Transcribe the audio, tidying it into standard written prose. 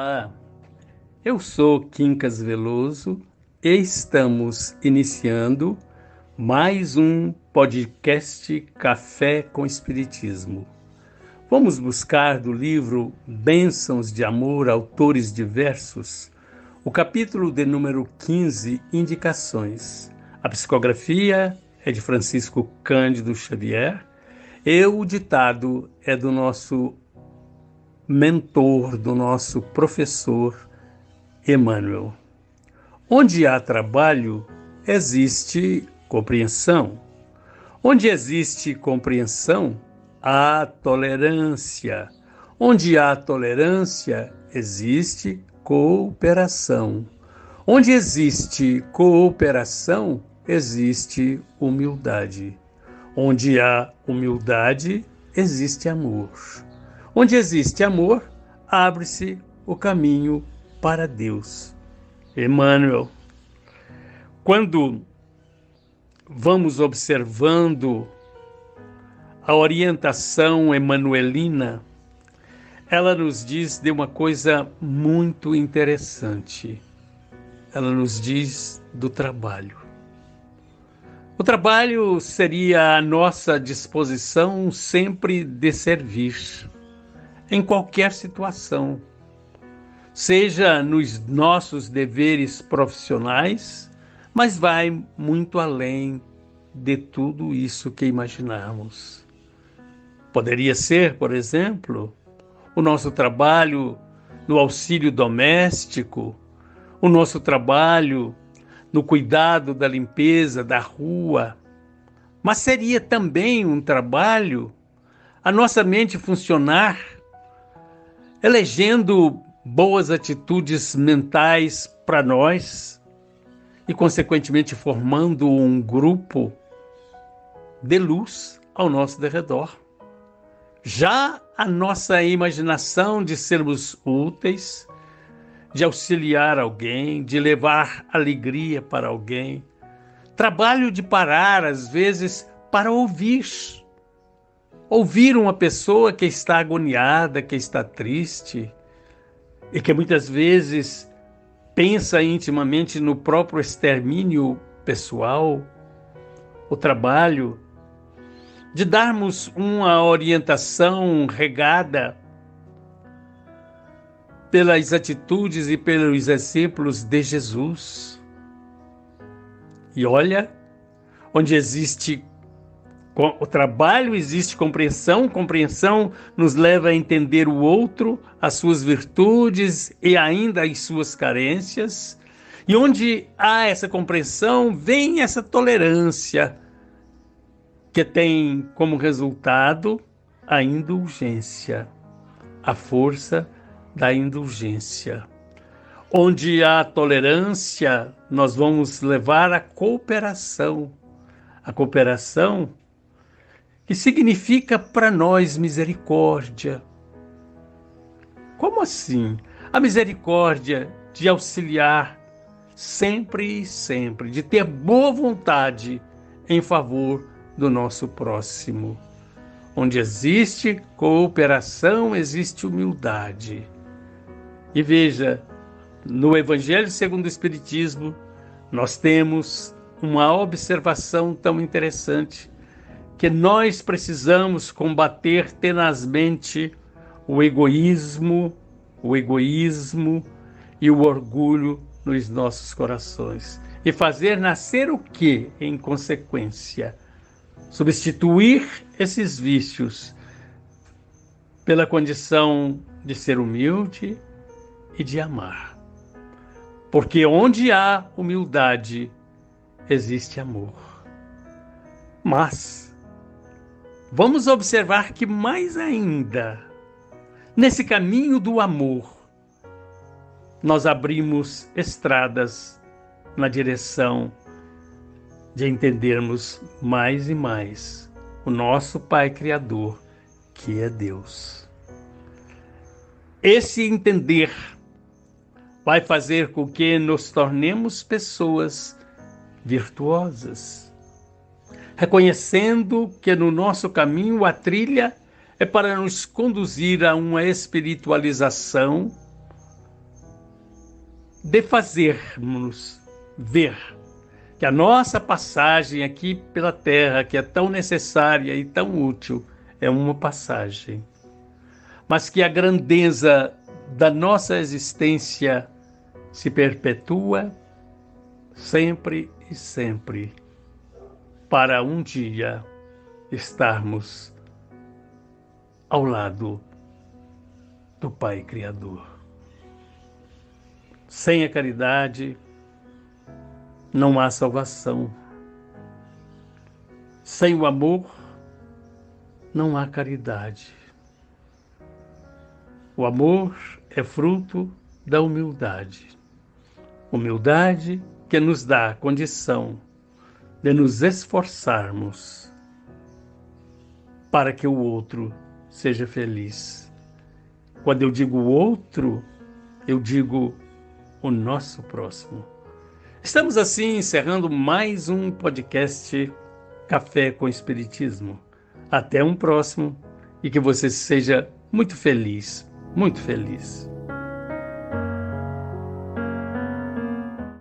Olá, eu sou Quincas Veloso e estamos iniciando mais um podcast Café com Espiritismo. Vamos buscar do livro Bênçãos de Amor, Autores Diversos, o capítulo de número 15, Indicações. A psicografia é de Francisco Cândido Xavier e o ditado é do nosso mentor, do nosso professor Emmanuel. Onde há trabalho, existe compreensão. Onde existe compreensão, há tolerância. Onde há tolerância, existe cooperação. Onde existe cooperação, existe humildade. Onde há humildade, existe amor. Onde existe amor, abre-se o caminho para Deus. Emmanuel. Quando vamos observando a orientação emanuelina, ela nos diz de uma coisa muito interessante. Ela nos diz do trabalho. O trabalho seria a nossa disposição sempre de servir, em qualquer situação, seja nos nossos deveres profissionais, mas vai muito além de tudo isso que imaginamos. Poderia ser, por exemplo, o nosso trabalho no auxílio doméstico, o nosso trabalho no cuidado da limpeza da rua, mas seria também um trabalho a nossa mente funcionar elegendo boas atitudes mentais para nós e, consequentemente, formando um grupo de luz ao nosso derredor. Já a nossa imaginação de sermos úteis, de auxiliar alguém, de levar alegria para alguém, trabalho de parar, às vezes, para ouvir uma pessoa que está agoniada, que está triste e que muitas vezes pensa intimamente no próprio extermínio pessoal, o trabalho de darmos uma orientação regada pelas atitudes e pelos exemplos de Jesus. E olha, onde existe o trabalho, existe compreensão. Compreensão nos leva a entender o outro, as suas virtudes e ainda as suas carências. E onde há essa compreensão, vem essa tolerância, que tem como resultado a indulgência, a força da indulgência. Onde há tolerância, nós vamos levar a cooperação. A cooperação que significa para nós misericórdia. Como assim? A misericórdia de auxiliar sempre e sempre, de ter boa vontade em favor do nosso próximo. Onde existe cooperação, existe humildade. E veja, no Evangelho segundo o Espiritismo, nós temos uma observação tão interessante, que nós precisamos combater tenazmente o egoísmo e o orgulho nos nossos corações. E fazer nascer o que, em consequência? Substituir esses vícios pela condição de ser humilde e de amar. Porque onde há humildade, existe amor. Mas vamos observar que mais ainda, nesse caminho do amor, nós abrimos estradas na direção de entendermos mais e mais o nosso Pai Criador, que é Deus. Esse entender vai fazer com que nos tornemos pessoas virtuosas, reconhecendo que no nosso caminho a trilha é para nos conduzir a uma espiritualização de fazermos ver que a nossa passagem aqui pela Terra, que é tão necessária e tão útil, é uma passagem, mas que a grandeza da nossa existência se perpetua sempre e sempre, para um dia estarmos ao lado do Pai Criador. Sem a caridade não há salvação. Sem o amor não há caridade. O amor é fruto da humildade. Humildade que nos dá a condição de nos esforçarmos para que o outro seja feliz. Quando eu digo o outro, eu digo o nosso próximo. Estamos assim encerrando mais um podcast Café com Espiritismo. Até um próximo e que você seja muito feliz, muito feliz.